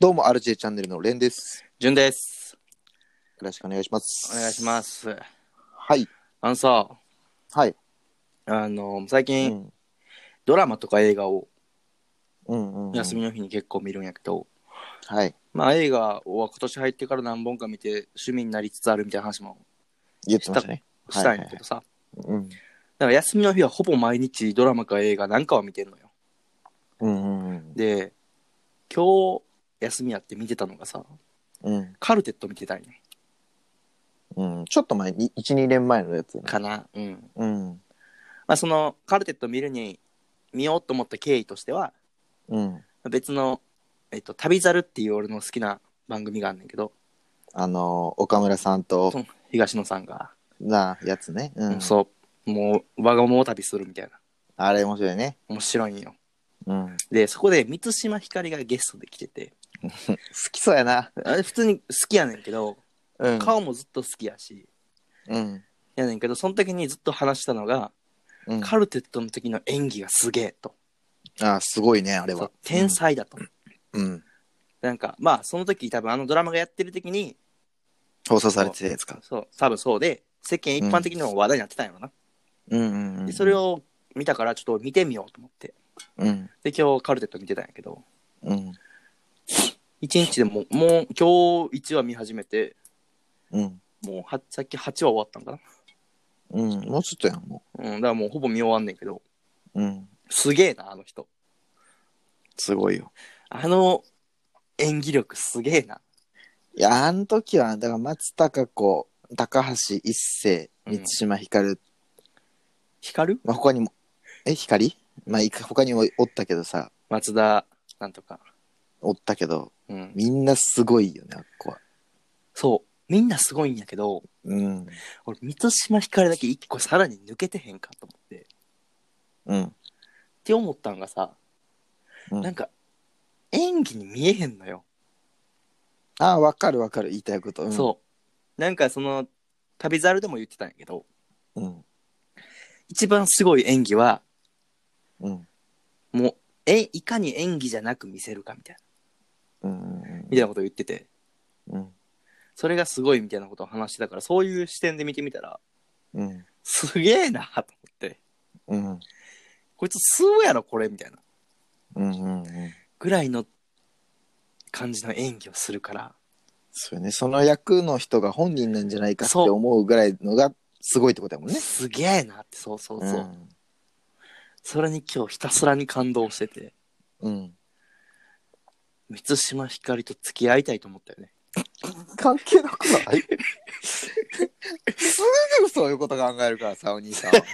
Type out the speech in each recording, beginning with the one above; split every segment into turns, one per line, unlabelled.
どうも RJ チャンネルのレンです。
じゅんです。
よろしくお願いします。
お願いします。
はい。
さ、
はい。
最近、
うん。
ドラマとか映画を
うんうんうん。
休みの日に結構見るんやけど、
はい。
まあ映画は今年入ってから何本か見て趣味になりつつあるみたいな話もした、
言ってましたね。
した
はいはいはい。
んやけどさ。
うん。
だから休みの日はほぼ毎日ドラマか映画なんかは見てんのよ。
うんうんうん。
で、今日休みやって見てたのがさ、
うん。
カルテット見てたんや。
うん。ちょっと前に、1、2年前のやつな。
かな。うん。
うん。
まあそのカルテット見ようと思った経緯としては、
うん。
別の、旅猿っていう俺の好きな番組があんねんけど、
岡村さんと、
東野さんが、
やつね。うん。
そう、もう、我が物旅するみたいな。
あれ面白いね。
面白いんよ。
うん。
で、そこで満島ひかりがゲストで来てて、
好きそうやな。
あれ普通に好きやねんけど、
うん。
顔もずっと好きやし、
うん。
やねんけど、その時にずっと話したのが、
うん。
カルテットの時の演技がすげえと。
あ、すごいね、あれは。
天才だと。
うん。
なんか、まあ、その時多分あのドラマがやってる時に、
放送され
こ
てたやつか。
多分そうで、世間一般的にも話題になってたんやろな。
うんうんうん。
で、それを見たからちょっと見てみようと思って。
うん。
で、今日カルテット見てたんやけど、
うん。
一日でもう今日1話見始めて、
うん。
もうさっき8話終わったんかな。
うん。もうちょっとやん、も
だからもうほぼ見終わんねんけど、
う。うん。
すげえな、あの人。
すごいよ。
あの演技力すげえな。
いや、あの時は、だから松たか子、高橋一生、満島ひかる、
光る
まあ、他にも、光まあ、他にもおったけどさ、
松田なんとか。
おったけど、
うん。
みんなすごいよね、あっこは。
そう。みんなすごいんやけど、
うん。
俺、満島ひかるだけ一個さらに抜けてへんかと思って。っ
うん。
て思ったんがさ、
うん、
なんか演技に見えへんのよ。
ああ、わかるわかる、言いたいこと。うん。
そう。なんかその、旅猿でも言ってたんやけど、
うん。
一番すごい演技は、
うん。
もう、いかに演技じゃなく見せるかみたいな。
うん。
みたいなことを言ってて、
うん。
それがすごいみたいなことを話してたから、そういう視点で見てみたら、
うん。
すげえなと思って、
うん。
こいつ吸うやろこれみたいな
うん。うん。
ぐらいの感じの演技をするから、
そうね、その役の人が本人なんじゃないかって
そ
思うぐらいのがすごいってことだもん
う、
ね。
すげえなって、そうそうそう。
うん。
それに今日ひたすらに感動してて、
うん。
満島ひかりと付き合いたいと思ったよね。
関係なくないすぐそういうこと考えるからさ、お兄さんは。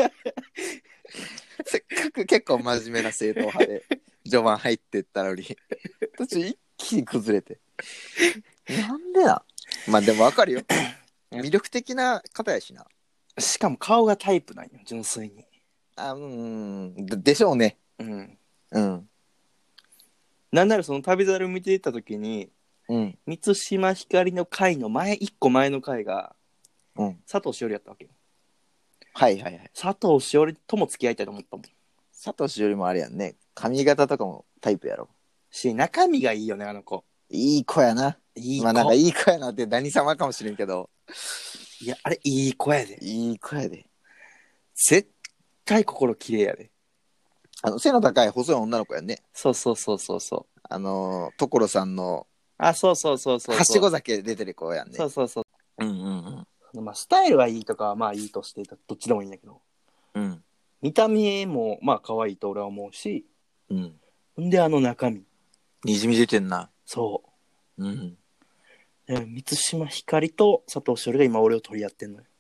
せっかく結構真面目な正統派で序盤入ってったのに途中一気に崩れて、なんでな。まあでもわかるよ、魅力的な方やしな。
しかも顔がタイプなんよ、純粋に。
でしょうね。
うん。
うん。
なんならその旅猿見ていった時に、
うん。
満島ひかりの回の一個前の回が
うん。
佐藤しおりやったわけよ。
はいはいはい。
佐藤しおりとも付き合いたいと思ったもん。
佐藤よりもあれやんね。髪型とかもタイプやろ。
中身がいいよね、あの子。
いい子やな。
いい子。
まあなんかいい子やなって何様かもしれんけど。
いや、あれいい子やで。
いい子やで。
絶対心綺麗やで。
背の高い細い女の子やんね。
そうそうそうそうそう。
所さんの
そうそうそうそう。
はしご酒出てる子やんね。
そうそうそう。
うんうん
まあ、スタイルはいいとかはまあいいとしてどっちでもいいんだけど、
うん。うん。
見た目もまあ可愛いと俺は思うし、
うん。
んであの中身。
にじみ出てんな。
そ
うん。
う。満島ひかりと佐藤しおりが今俺を取り合ってんのよ。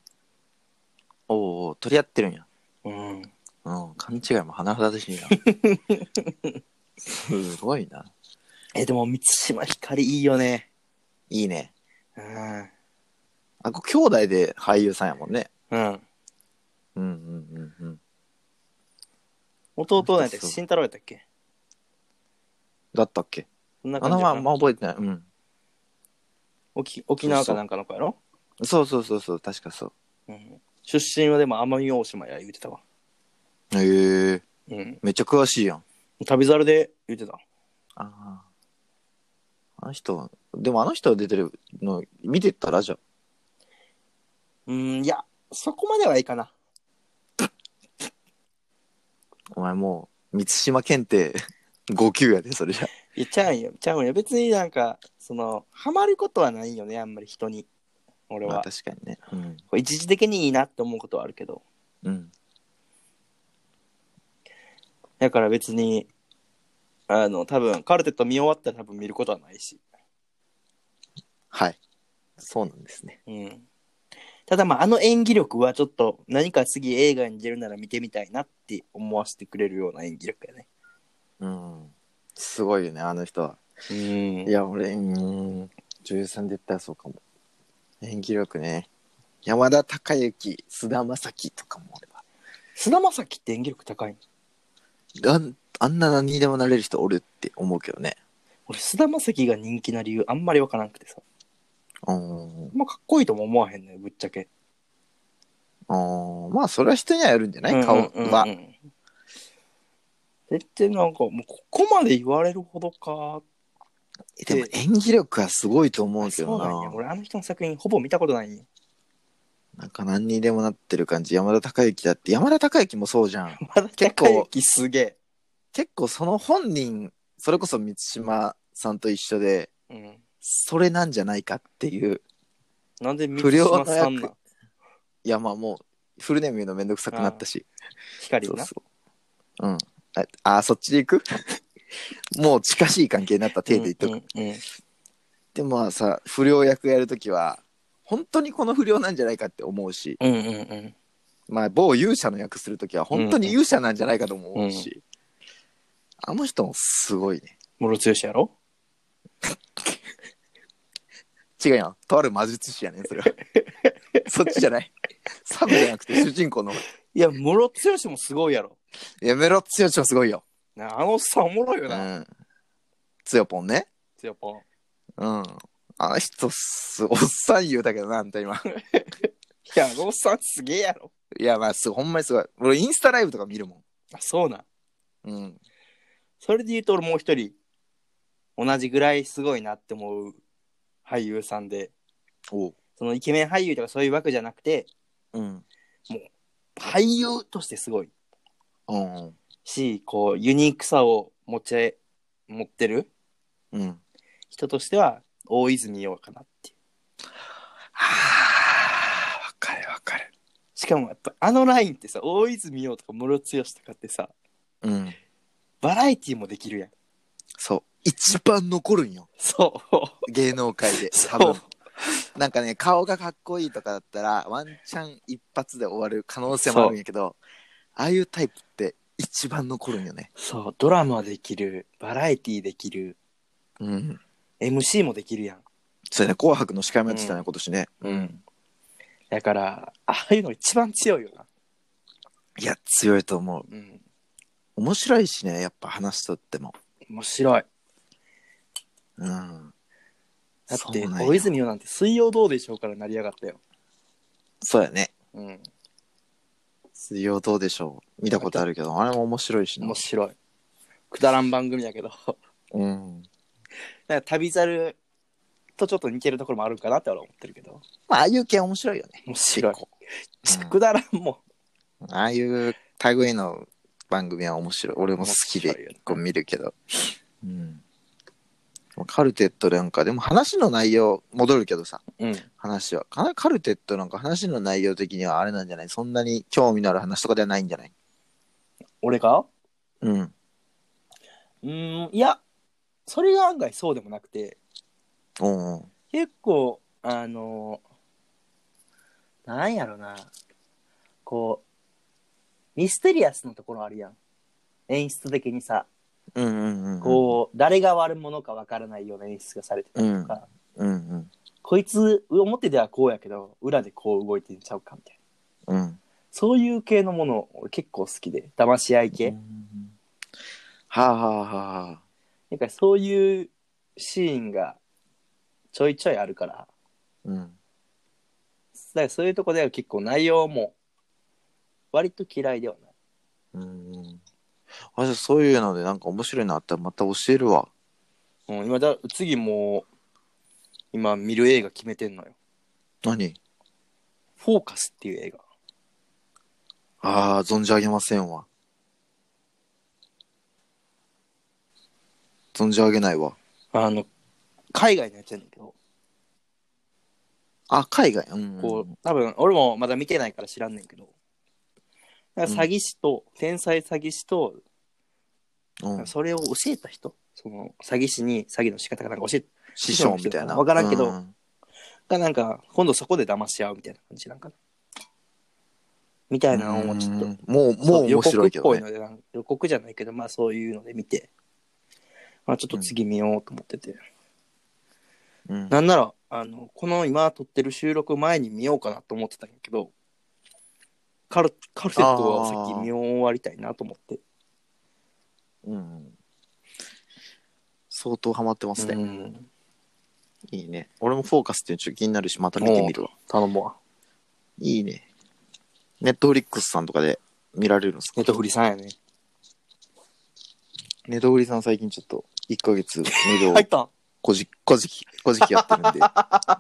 おお、取り合ってるんや。
うん。
うん。勘違いも甚だしいな。すごいな。
でも満島ひかりいいよね。
いいね。
うん。
兄弟で俳優さんやもんね。
うん。
うんうんうんうん。
弟なんやったっけ、慎太郎やったっけ。
だったっけ。
そんな感じかな。
まあ覚えてない。うん。
沖縄かなんかの子やろ。
そうそうそうそう、確かそう。
うん。出身はでも奄美大島や言うてたわ。
へえ。
うん。
めっちゃ詳しいやん。
旅猿で言うてた。
ああ。 あの人、でもあの人出てるの見てたらじゃ
いや、そこまではいいかな。
お前もう、満島検定5級やで、それじゃ。
いや、ちゃうんよ。別になんか、ハマることはないよね、あんまり人に。俺
まあ
は。
確かにね。うん。
こう一時的にいいなって思うことはあるけど。
うん。
だから別に、多分、カルテット見終わったら多分見ることはないし。
はい。そうなんですね。
うん。ただまあ、あの演技力はちょっと何か次映画に出るなら見てみたいなって思わせてくれるような演技力やね。
うん。すごいよね、あの人は。
うん。
いや、俺、女優さんで言ったらそうかも。演技力ね。山田孝之、菅田将暉とかも俺は。
菅田将暉って演技力高いの？
あんな何にでもなれる人おるって思うけどね。
俺、菅田将暉が人気な理由あんまりわからなくてさ。
うん。
まあ、かっこいいとも思わへんねぶっちゃけ。
まあ、それは人にはよるんじゃない、顔は。
絶対なんか、もうここまで言われるほどか。
でも演技力はすごいと思うけど
そうなんや。
な。
俺、あの人の作品ほぼ見たことないんよ。
なんか何にでもなってる感じ。山田孝之だって。山田孝之もそうじゃん。
まだ高之すげえ。
結構その本人、それこそ満島さんと一緒で、
うん。
それなんじゃないかっていう。
なんで
不
満島
良の役。
さんなん？
いや、まあもう、フルネーム言うのめんどくさくなったし。
光な。
そうそう。うん。そっちで行くもう近しい関係になった体で言っとく。でもまあさ、不良役やるときは、本当にこの不良なんじゃないかって思うし、まあ某勇者の役するときは本当に勇者なんじゃないかとも思うし、あの人もすごいね。
ムロツヨシやろ？
違うやん。とある魔術師やねん、それは。そっちじゃない。サブじゃなくて主人公の。
いや、ムロツヨシもすごいやろ。
いや、メロ強しもすごいよ。
あのおっさんおもろいよ
う
な。
ん。つよぽんね。
つよぽん。
うん。あの人おっさん言うたけどな、あんた今。
いや、あのおっさんすげえやろ。
いや、まあ、ほんまにすごい。俺、インスタライブとか見るもん。
あ、そうなん。
うん。
それで言うと俺もう一人、同じぐらいすごいなって思う俳優さんで、
おう。
そのイケメン俳優とかそういう枠じゃなくて、
うん。
もう俳優としてすごい
うん。
し、こうユニークさを持ってる
うん。
人としては大泉洋かなっていう。
はあ、わかるわかる。
しかもやっぱあのラインってさ、大泉洋とかムロツヨシとかってさ、
うん。
バラエティもできるやん。
そう。一番残るんよ。
そう。
芸能界で。
そう
多分。なんかね、顔がかっこいいとかだったら、ワンチャン一発で終わる可能性もあるんやけど、ああいうタイプって一番残るんよね。
そう、ドラマできる、バラエティできる、
うん。
MC もできるやん。
それね、紅白の司会もやってたね、今年ね。
うん。だから、ああいうの一番強いよな。
いや、強いと思う。
うん。
面白いしね、やっぱ話しとっても。
面白い。
うん。
だって、
そうなんよ
大泉洋なんて水曜どうでしょうから成り上がったよ。
そうやね。
うん。
水曜どうでしょう。見たことあるけど、あれも面白いしな
面。白い。くだらん番組やけど。
うん。
なんか旅猿とちょっと似てるところもあるかなって俺は思ってるけど。
まあ、ああいう系面白いよね。
面白い。
結構
くだらんも
ああいう類の番組は面白い。俺も好きで結構見るけど。うん。カルテットなんか、でも話の内容、戻るけどさ、
うん。
話は。カルテットなんか話の内容的にはあれなんじゃない？そんなに興味のある話とかではないんじゃない？
俺か？
うん。
いや、それが案外そうでもなくて、
おう
結構、なんやろな、こう、ミステリアスなところあるやん。演出的にさ、
うんうんうん。
こう、誰が悪者かわからないような演出がされてたりとか、
うんうん。
こいつ、表ではこうやけど、裏でこう動いてんちゃうかみたいな。
うん。
そういう系のもの、俺結構好きで、騙し合い系。
はあはあはあ。
なんかそういうシーンがちょいちょいあるから、
うん。
だからそういうとこでは結構内容も割と嫌いではない。
じゃあそういうのでなんか面白いのあったらまた教えるわ。
今次もう今見る映画決めてんのよ。
何？
フォーカスっていう映画。
ああ、存じ上げませんわ。存じ上げないわ。
海外のやつやねんけど、
あ、海外。うん。
こう多分俺もまだ見てないから知らんねんけど、なんか詐欺師と、天才詐欺師と、
うん。
それを教えた人、その詐欺師に詐欺の仕方かなんか教え
師匠みたいな。
わからんけど、
うん
がなんか今度そこで騙し合うみたいな感じなんかな。みたいなのをちょっと、
もう面
予告っ
白いけどね。
ぽいので、予告じゃないけど、まあそういうので見て、まあちょっと次見ようと思ってて。
うん。
なんなら、この今撮ってる収録前に見ようかなと思ってたんやけど、カルテットはさっき見終わりたいなと思って。
うん。相当ハマってますね。
うん。
いいね。俺もフォーカスっていうのちょっと気になるし、また見てみるわ。
頼むわ。
いいね。ネットフリックスさんとかで見られるんですか？
ネットフリさんやね。
ネットフリさん最近ちょっと1ヶ月無料
入ったん？
こじきやってるんで。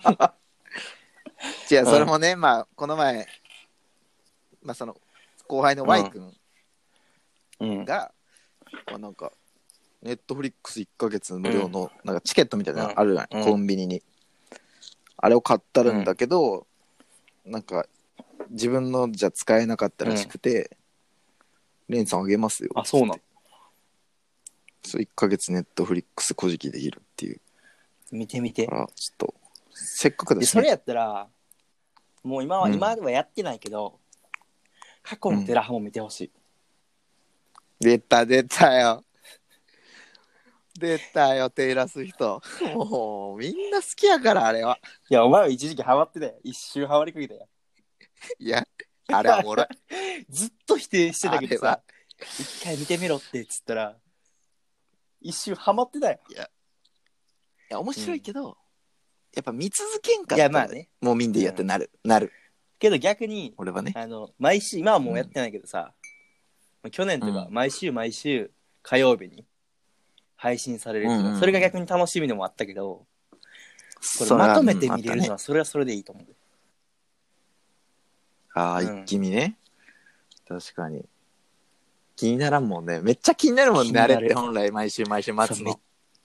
違う、それもね、まあ、この前、まあ、その、後輩の Y 君
うん。
が、まあ、なんか、ネットフリックス1ヶ月無料の、なんかチケットみたいなのあるじゃん、コンビニに。あれを買ったるんだけど、なんか、自分のじゃ使えなかったらしくて、レンさんあげますよ。
あ、そうなの？
そう、1ヶ月ネットフリックスこじきできるっていう。
見てみて。
ちょっと、せっかくだし、ね。
それやったら、もう今
うん
ではやってないけど、過去のテラハも見てほしい。
出たよ。出たよ、テイラス人。もう、みんな好きやから、あれは。
いや、お前は一時期ハマってたよ。一周ハマりかけたよ。
いや、あれはおもろい。
ずっと否定してたけど
あれは
さ、一回見てみろってつったら、一周ハマってたよ。
いや、面白いけど、やっぱ見続けんか
い
ったら、
やまあね。
もう見んでいいやってなる。
けど逆に、
俺はね。
毎週、今はもうやってないけどさ、去年とか毎週火曜日に配信されるやつが、それが逆に楽しみでもあったけど、これまとめて見れるのはそれはそれでいいと思う。
ああ、一気見ね。確かに。気にならんもんね。めっちゃ気になるもんね。あれって本来毎週待つの。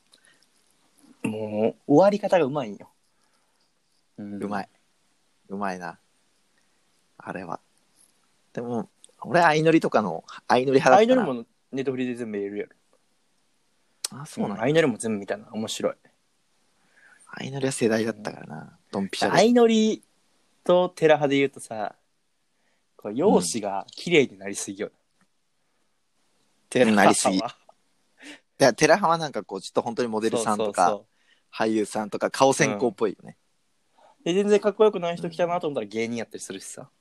もう終わり方がうまいんよ。
うまい。うまいな。あれは。でも、俺相乗りとかの、相乗り派だったな。
相乗りもネットフリで全部見れるやろ。
あ、そうなんや。
相乗りも全部見たな。面白い。
相乗りは世代だったからな。ドンピシャで。
相乗りとテラハで言うとさ、こう容姿が綺麗になりすぎよ。
テラハなりすぎ。いや、テラハはなんかこう、ちょっと本当にモデルさんとか、俳優さんとか、顔専攻っぽいよね。
で、全然かっこよくない人来たなと思ったら芸人やったりするしさ。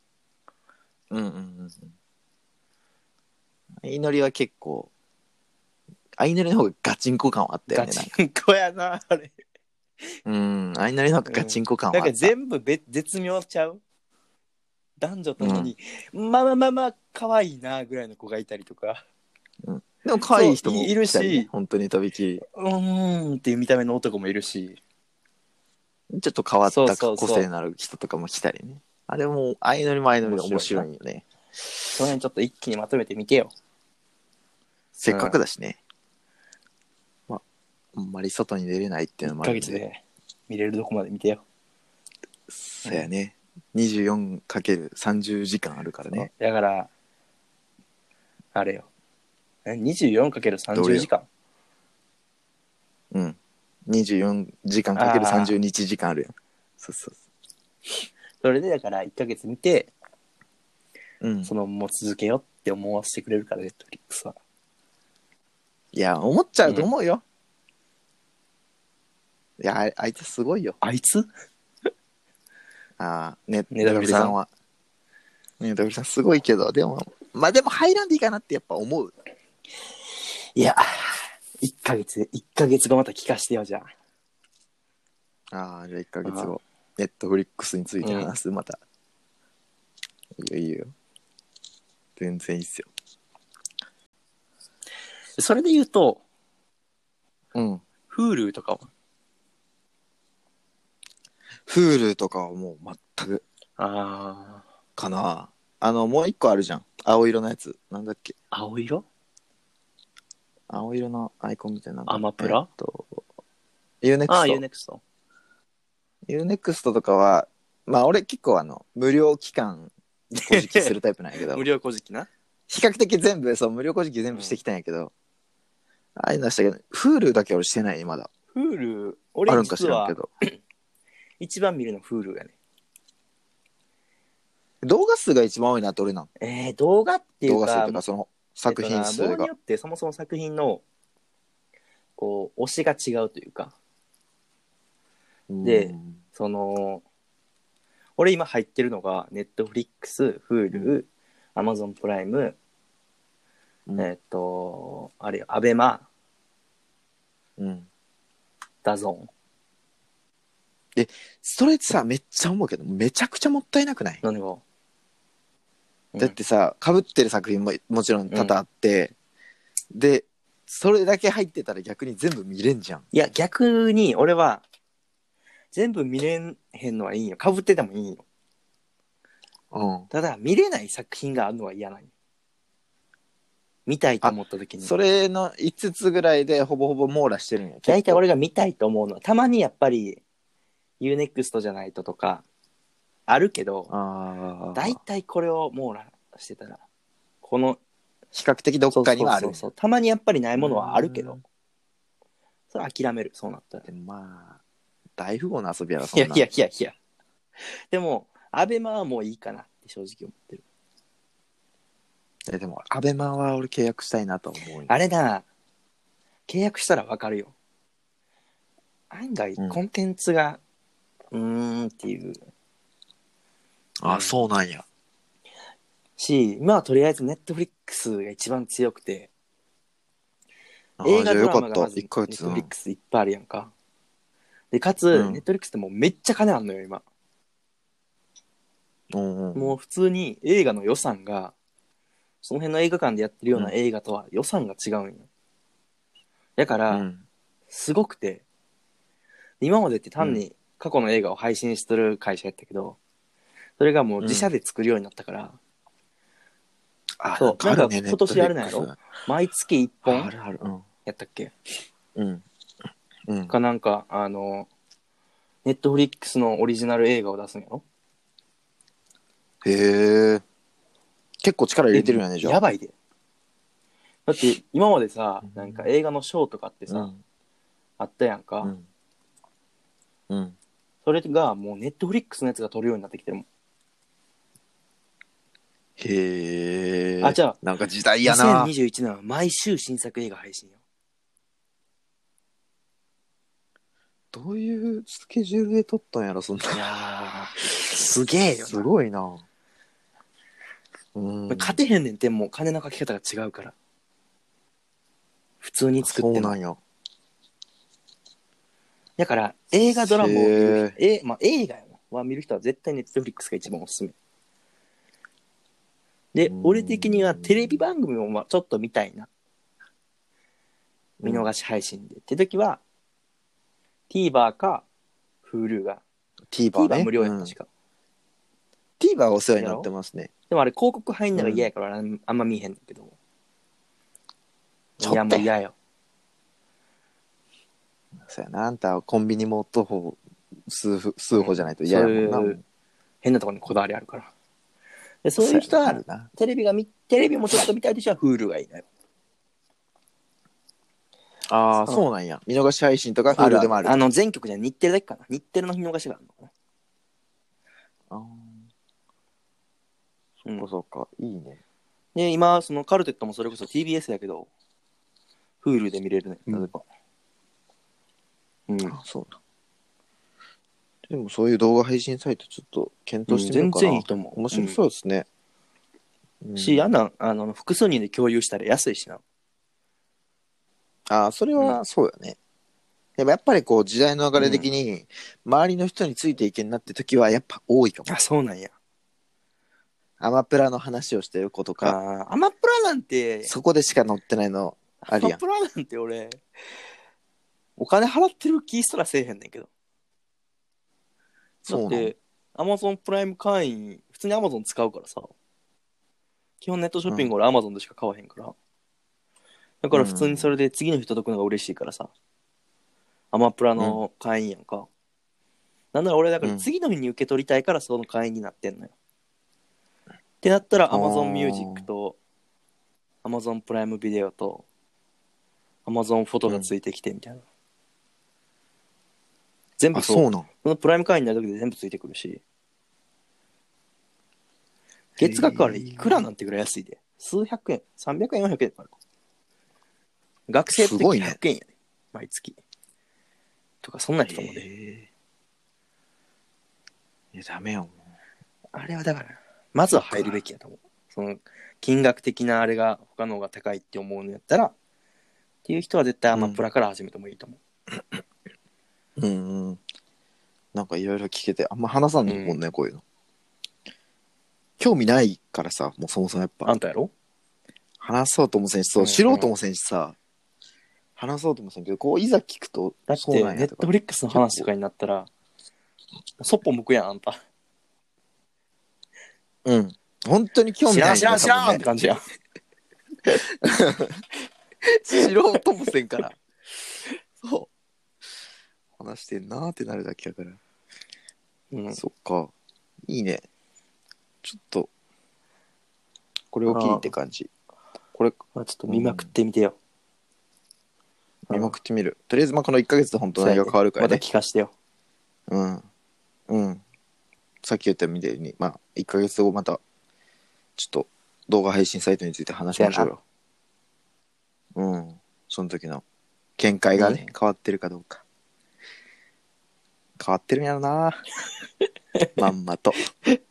相乗りは結構、相乗りの方がガチンコ感はあったよね。
ガチンコやな、あれ。
相乗りの方がガチンコ感はあった。
なんか全部絶妙ちゃう？男女ともに、まあ、可愛いな、ぐらいの子がいたりとか。
でも可愛い人も
いるし、
本当にとびきり。
っていう見た目の男もいるし。
ちょっと変わった個性のある人とかも来たりね。あれも相乗りで面白いよね。
去年ちょっと一気にまとめてみてよ。
せっかくだしね。あんまり外に出れないっていうのもあるんで。
1ヶ月で見れるとこまで見てよ。
そうやね。24×30 時間あるからね。
だから、あれよ。24×30 時間？
うん。24時間かける30日時間あるやん。そう。
それでだから1ヶ月見て、
も
う続けようって思わせてくれるから、ネットフリックスは。
いや、思っちゃうと思うよ。いや、あいつすごいよ。
あいつ？
ネットフリさんは。ネットフリさんすごいけど、でも入らんでいいかなってやっぱ思う。
いや、1ヶ月後また聞かしてよ、じゃ
あ。じゃあ1ヶ月後、ネットフリックスについて話す、また。いいよ。全然いいっすよ。
それで言うと、 Hulu とかは？
Hulu とかはもう全く
ああ。
かな。もう一個あるじゃん。青色のやつ。なんだっけ。
青色？
青色のアイコンみたいな。
アマプラ？ああ、
Unext。
Unext。
Unext とかは、まあ俺結構無料期間、こじきするタイプなんやけど、
無料小じきな。
比較的全部、そう、無料こじき全部してきたんやけど、ああいうのはしたけど、Hulu だけ俺してない、まだ。
Hulu、
あ
俺
るんか知
実は
らんけど。
一番見るの Hulu やね。
動画数が一番多いなって俺なん。
動画っていうか、
動画数とか、その、作品数が
ものによ。ってそもそも作品の、こう、推しが違うというか、でその、俺今入ってるのが、Netflix、Hulu、Amazon プライム、あれよ、アベマ、ダゾーン。
それさ、めっちゃ思うけど、めちゃくちゃもったいなくない？
何が？
だってさ、被ってる作品ももちろん多々あって、で、それだけ入ってたら逆に全部見れんじゃん。
いや、逆に俺は、全部見れへんのはいいよ。被っててもいいよ。ただ、見れない作品があるのは嫌なんよ。見たいと思った時に。
それの5つぐらいでほぼほぼ網羅してるんや。
大体俺が見たいと思うのは、たまにやっぱり、Unext じゃないととか、あるけど、大体これを網羅してたら、この、
比較的どっかにはある。
そうたまにやっぱりないものはあるけど、それ諦める、そうなったら。
でもまあ、大富豪の遊びやろ、そんな。
いや。でも、アベマはもういいかなって正直思ってる。
でも、アベマは俺契約したいなと思う。
あれだ、契約したらわかるよ。案外、コンテンツが、っていう。
そうなんや。
し、今はとりあえずネットフリックスが一番強くて、映画ドラマがまずネットフリックスいっぱいあるやんか。で、かつ、ネットフリックスってもうめっちゃ金あんのよ、今。もう普通に映画の予算が、その辺の映画館でやってるような映画とは予算が違うんよ。だから、すごくて、今までって単に過去の映画を配信してる会社やったけど、それがもう自社で作るようになったから、そう、なんか今年あれなんやろ？毎月1本やったっけ？かなんか、ネットフリックスのオリジナル映画を出すんやろ？
へえ。結構力入れてるよね、じゃあ。
やばいで。だって今までさ、なんか映画のショーとかってさ、あったやんか。それがもうネットフリックスのやつが撮るようになってきてるもん。
へえ。
じゃあ、
なんか時代やな。
2021年は毎週新作映画配信よ。
どういうスケジュールで撮ったんやろ、そんな。
いやー、すげえよな。
すごいな。
勝てへんねんってもう金のかけ方が違うから。普通に作っても。
そうなんや。
だから映画ドラマを見る人、まあ、映画は見る人は絶対ネットフリックスが一番おすすめ。で、俺的にはテレビ番組もちょっと見たいな。見逃し配信で。って時は、TVer か Hulu が。TVer 無料やったしか。
TVer お世話になってますね。
でもあれ広告入んのが嫌やからあんま見えへんんだけど。いやもう嫌よ。
そうやな、あんたはコンビニも徒歩数歩じゃないと嫌やもんな。
そういう変なところにこだわりあるから。でそういう人はテレビもちょっと見たいとしては Hulu がいいのよ。
そうなんや。見逃し配信とか Hulu でもある。
全局じゃ日テレだけかな。日テレの見逃しがあるのかな。
そうか、いいね。
で、今、そのカルテットもそれこそ TBS だけど、Hulu で見れるね、例えば。
そうだ。でもそういう動画配信サイトちょっと検討してみようかな。
全然いいと思う。
面白そうですね。
複数人で共有したら安いしな。
それはそうよね。でもやっぱりこう時代の流れ的に周りの人についていけんなって時はやっぱ多いかも。
そうなんや。
アマプラの話をしてる子とか。
アマプラなんて
そこでしか載ってないのありやん。
アマプラなんて俺お金払ってる気すらせえへんねんけど。だ
そうなの
って、Amazon プライム会員、普通に Amazon 使うからさ、基本ネットショッピング俺 Amazon でしか買わへんから。だから普通にそれで次の日届くのが嬉しいからさ、アマプラの会員やんか。なんなら俺だから次の日に受け取りたいからその会員になってんのよ。ってなったら Amazon Music と Amazon プライムビデオと Amazon フォトがついてきてみたいな。全部
あ、そうなん。
そのプライム会員になる時で全部ついてくるし。月額あれいくらなんてぐらい安いで。数百円、300円、400円ある。学生って100円やね。毎月。とか、そんな人もね。
いや、ダメよ。
あれはだから、まずは入るべきやと思う。その、金額的なあれが他の方が高いって思うのやったら、っていう人は絶対アマプラから始めてもいいと思
う。うん。なんかいろいろ聞けて、あんま話さんのもんね、こういうの。興味ないからさ、もうそもそもやっぱ。
あんたやろ
話そうともせんし、そう、知ろうともせんしさ、話そうともせんけど、こういざ聞くと、
だってネットフリックスの話とかになったらそっぽ向くやんあんた。
うん。本当に興味ない、
知らんって感じやん。
知ろうともせんから。そう。話してんなーってなるだけやから。
うん。
そっか。いいね。ちょっと、これを聞いて感じ。これ、
まあ、ちょっと見まくってみてよ。
見まくってみる。とりあえず、まあ、この1ヶ月で本当何が変わるからね。
また聞かしてよ。
うん。うん。さっき言ったみたいに、まあ、1ヶ月後また、ちょっと動画配信サイトについて話しましょうよ。うん。その時の見解がね、変わってるかどうか。変わってるんやろな。まんまと。